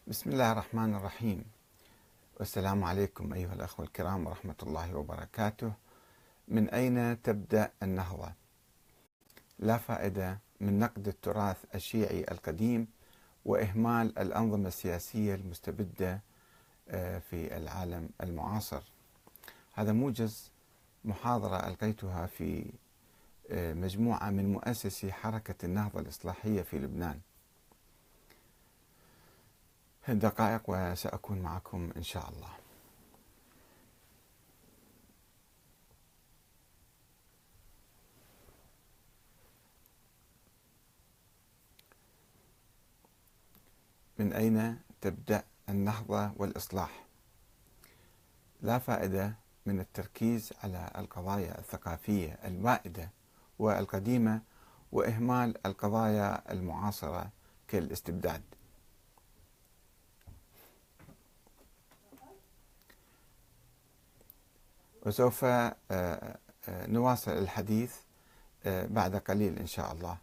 بسم الله الرحمن الرحيم، والسلام عليكم أيها الأخوة الكرام ورحمة الله وبركاته. من أين تبدأ النهضة؟ لا فائدة من نقد التراث الشيعي القديم وإهمال الأنظمة السياسية المستبدة في العالم المعاصر. هذا موجز محاضرة ألقيتها في مجموعة من مؤسسي حركة النهضة الإصلاحية في لبنان. دقائق وسأكون معكم إن شاء الله. من أين تبدأ النهضة والإصلاح؟ لا فائدة من التركيز على القضايا الثقافية البائدة والقديمة وإهمال القضايا المعاصرة كالاستبداد. وسوف نواصل الحديث بعد قليل إن شاء الله.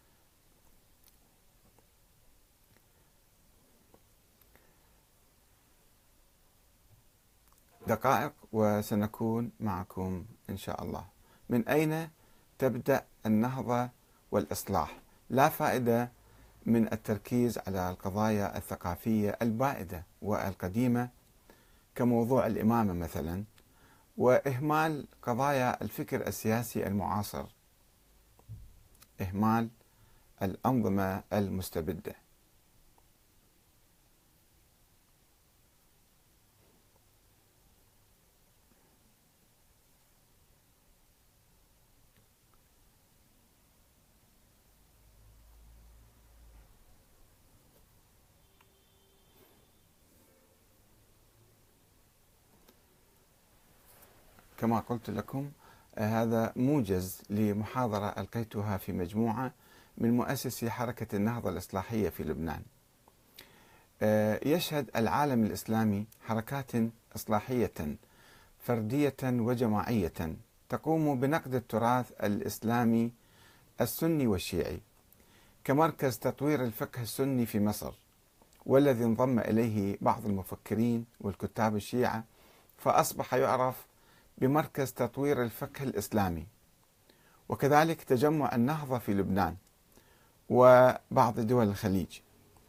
دقائق وسنكون معكم إن شاء الله. من أين تبدأ النهضة والإصلاح؟ لا فائدة من التركيز على القضايا الثقافية البائدة والقديمة كموضوع الإمامة مثلا، وإهمال قضايا الفكر السياسي المعاصر، إهمال الأنظمة المستبدة. كما قلت لكم، هذا موجز لمحاضرة ألقيتها في مجموعة من مؤسسي حركة النهضة الإصلاحية في لبنان. يشهد العالم الإسلامي حركات إصلاحية فردية وجماعية تقوم بنقد التراث الإسلامي السني والشيعي كمركز تطوير الفقه السني في مصر، والذي انضم إليه بعض المفكرين والكتاب الشيعة، فأصبح يعرف بمركز تطوير الفقه الإسلامي. وكذلك تجمع النهضة في لبنان وبعض دول الخليج،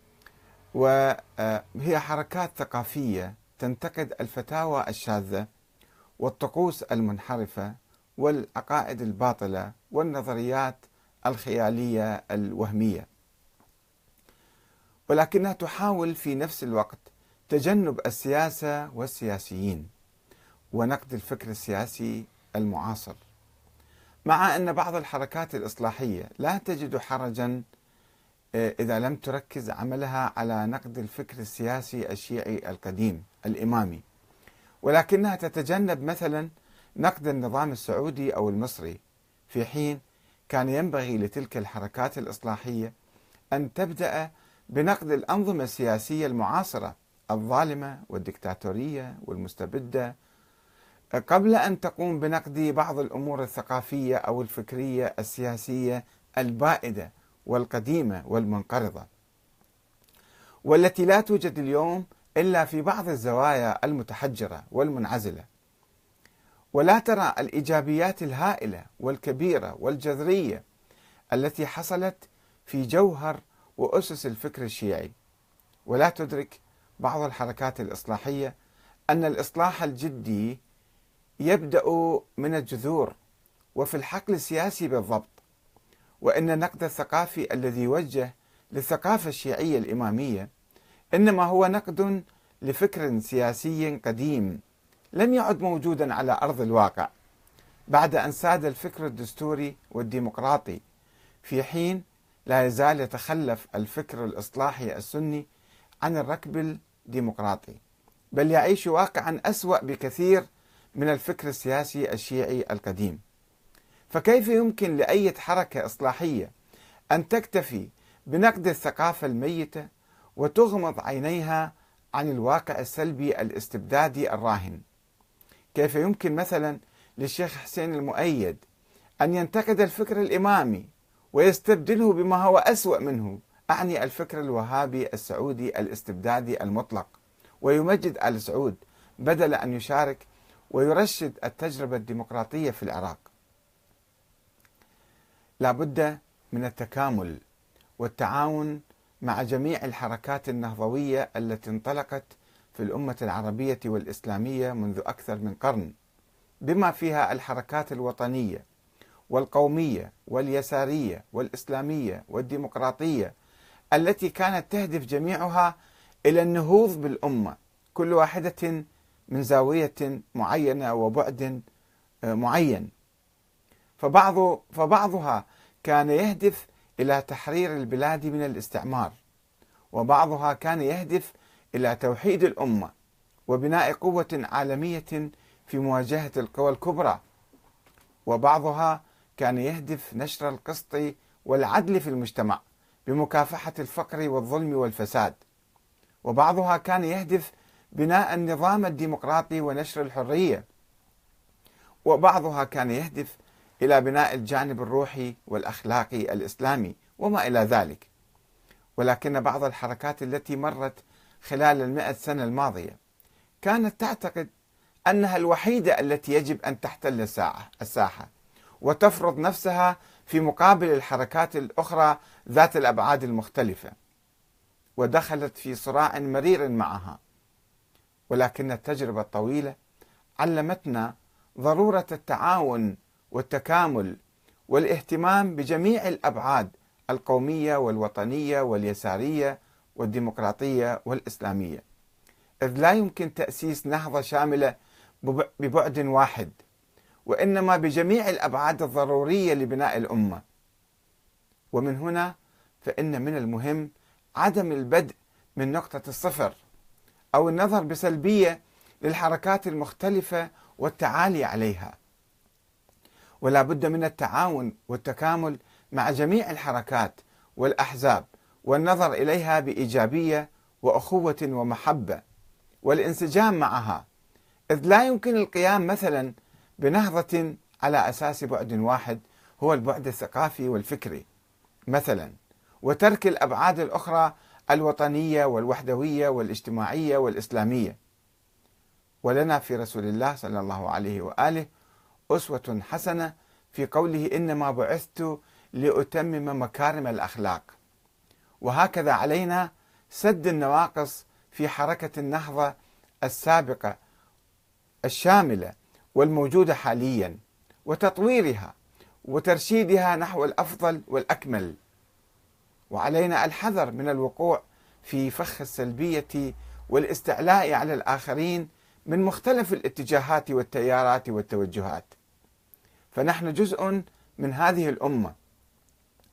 وهي حركات ثقافية تنتقد الفتاوى الشاذة والطقوس المنحرفة والعقائد الباطلة والنظريات الخيالية الوهمية، ولكنها تحاول في نفس الوقت تجنب السياسة والسياسيين ونقد الفكر السياسي المعاصر، مع أن بعض الحركات الإصلاحية لا تجد حرجا إذا لم تركز عملها على نقد الفكر السياسي الشيعي القديم الإمامي، ولكنها تتجنب مثلا نقد النظام السعودي أو المصري، في حين كان ينبغي لتلك الحركات الإصلاحية أن تبدأ بنقد الأنظمة السياسية المعاصرة الظالمة والدكتاتورية والمستبدة قبل أن تقوم بنقد بعض الأمور الثقافية أو الفكرية السياسية البائدة والقديمة والمنقرضة، والتي لا توجد اليوم إلا في بعض الزوايا المتحجرة والمنعزلة، ولا ترى الإيجابيات الهائلة والكبيرة والجذرية التي حصلت في جوهر وأسس الفكر الشيعي. ولا تدرك بعض الحركات الإصلاحية أن الإصلاح الجدي يبدأ من الجذور وفي الحقل السياسي بالضبط، وأن النقد الثقافي الذي يوجه للثقافة الشيعية الإمامية إنما هو نقد لفكر سياسي قديم لم يعد موجودا على أرض الواقع بعد أن ساد الفكر الدستوري والديمقراطي، في حين لا يزال يتخلف الفكر الإصلاحي السني عن الركب الديمقراطي، بل يعيش واقعا أسوأ بكثير من الفكر السياسي الشيعي القديم. فكيف يمكن لأي حركة إصلاحية أن تكتفي بنقد الثقافة الميتة وتغمض عينيها عن الواقع السلبي الاستبدادي الراهن؟ كيف يمكن مثلا للشيخ حسين المؤيد أن ينتقد الفكر الإمامي ويستبدله بما هو أسوأ منه أعني الفكر الوهابي السعودي الاستبدادي المطلق، ويمجد آل سعود بدل أن يشارك ويرشد التجربة الديمقراطية في العراق. لا بد من التكامل والتعاون مع جميع الحركات النهضوية التي انطلقت في الأمة العربية والإسلامية منذ أكثر من قرن، بما فيها الحركات الوطنية والقومية واليسارية والإسلامية والديمقراطية، التي كانت تهدف جميعها إلى النهوض بالأمة، كل واحدة من زاوية معينة وبعد معين. فبعضها كان يهدف إلى تحرير البلاد من الاستعمار، وبعضها كان يهدف إلى توحيد الأمة وبناء قوة عالمية في مواجهة القوى الكبرى، وبعضها كان يهدف نشر القسط والعدل في المجتمع بمكافحة الفقر والظلم والفساد، وبعضها كان يهدف بناء النظام الديمقراطي ونشر الحرية، وبعضها كان يهدف إلى بناء الجانب الروحي والأخلاقي الإسلامي وما إلى ذلك. ولكن بعض الحركات التي مرت خلال 100 سنة الماضية كانت تعتقد أنها الوحيدة التي يجب أن تحتل الساحة وتفرض نفسها في مقابل الحركات الأخرى ذات الأبعاد المختلفة، ودخلت في صراع مرير معها. ولكن التجربة الطويلة علمتنا ضرورة التعاون والتكامل والاهتمام بجميع الأبعاد القومية والوطنية واليسارية والديمقراطية والإسلامية، إذ لا يمكن تأسيس نهضة شاملة ببعد واحد، وإنما بجميع الأبعاد الضرورية لبناء الأمة. ومن هنا فإن من المهم عدم البدء من نقطة الصفر أو النظر بسلبية للحركات المختلفة والتعالي عليها، ولا بد من التعاون والتكامل مع جميع الحركات والأحزاب والنظر إليها بإيجابية وأخوة ومحبة والانسجام معها، إذ لا يمكن القيام مثلا بنهضة على أساس بعد واحد هو البعد الثقافي والفكري مثلا، وترك الأبعاد الأخرى الوطنية والوحدوية والاجتماعية والإسلامية. ولنا في رسول الله صلى الله عليه وآله أسوة حسنة في قوله: إنما بعثت لأتمم مكارم الأخلاق. وهكذا علينا سد النواقص في حركة النهضة السابقة الشاملة والموجودة حاليا، وتطويرها وترشيدها نحو الأفضل والأكمل. وعلينا الحذر من الوقوع في فخ السلبية والاستعلاء على الآخرين من مختلف الاتجاهات والتيارات والتوجهات، فنحن جزء من هذه الأمة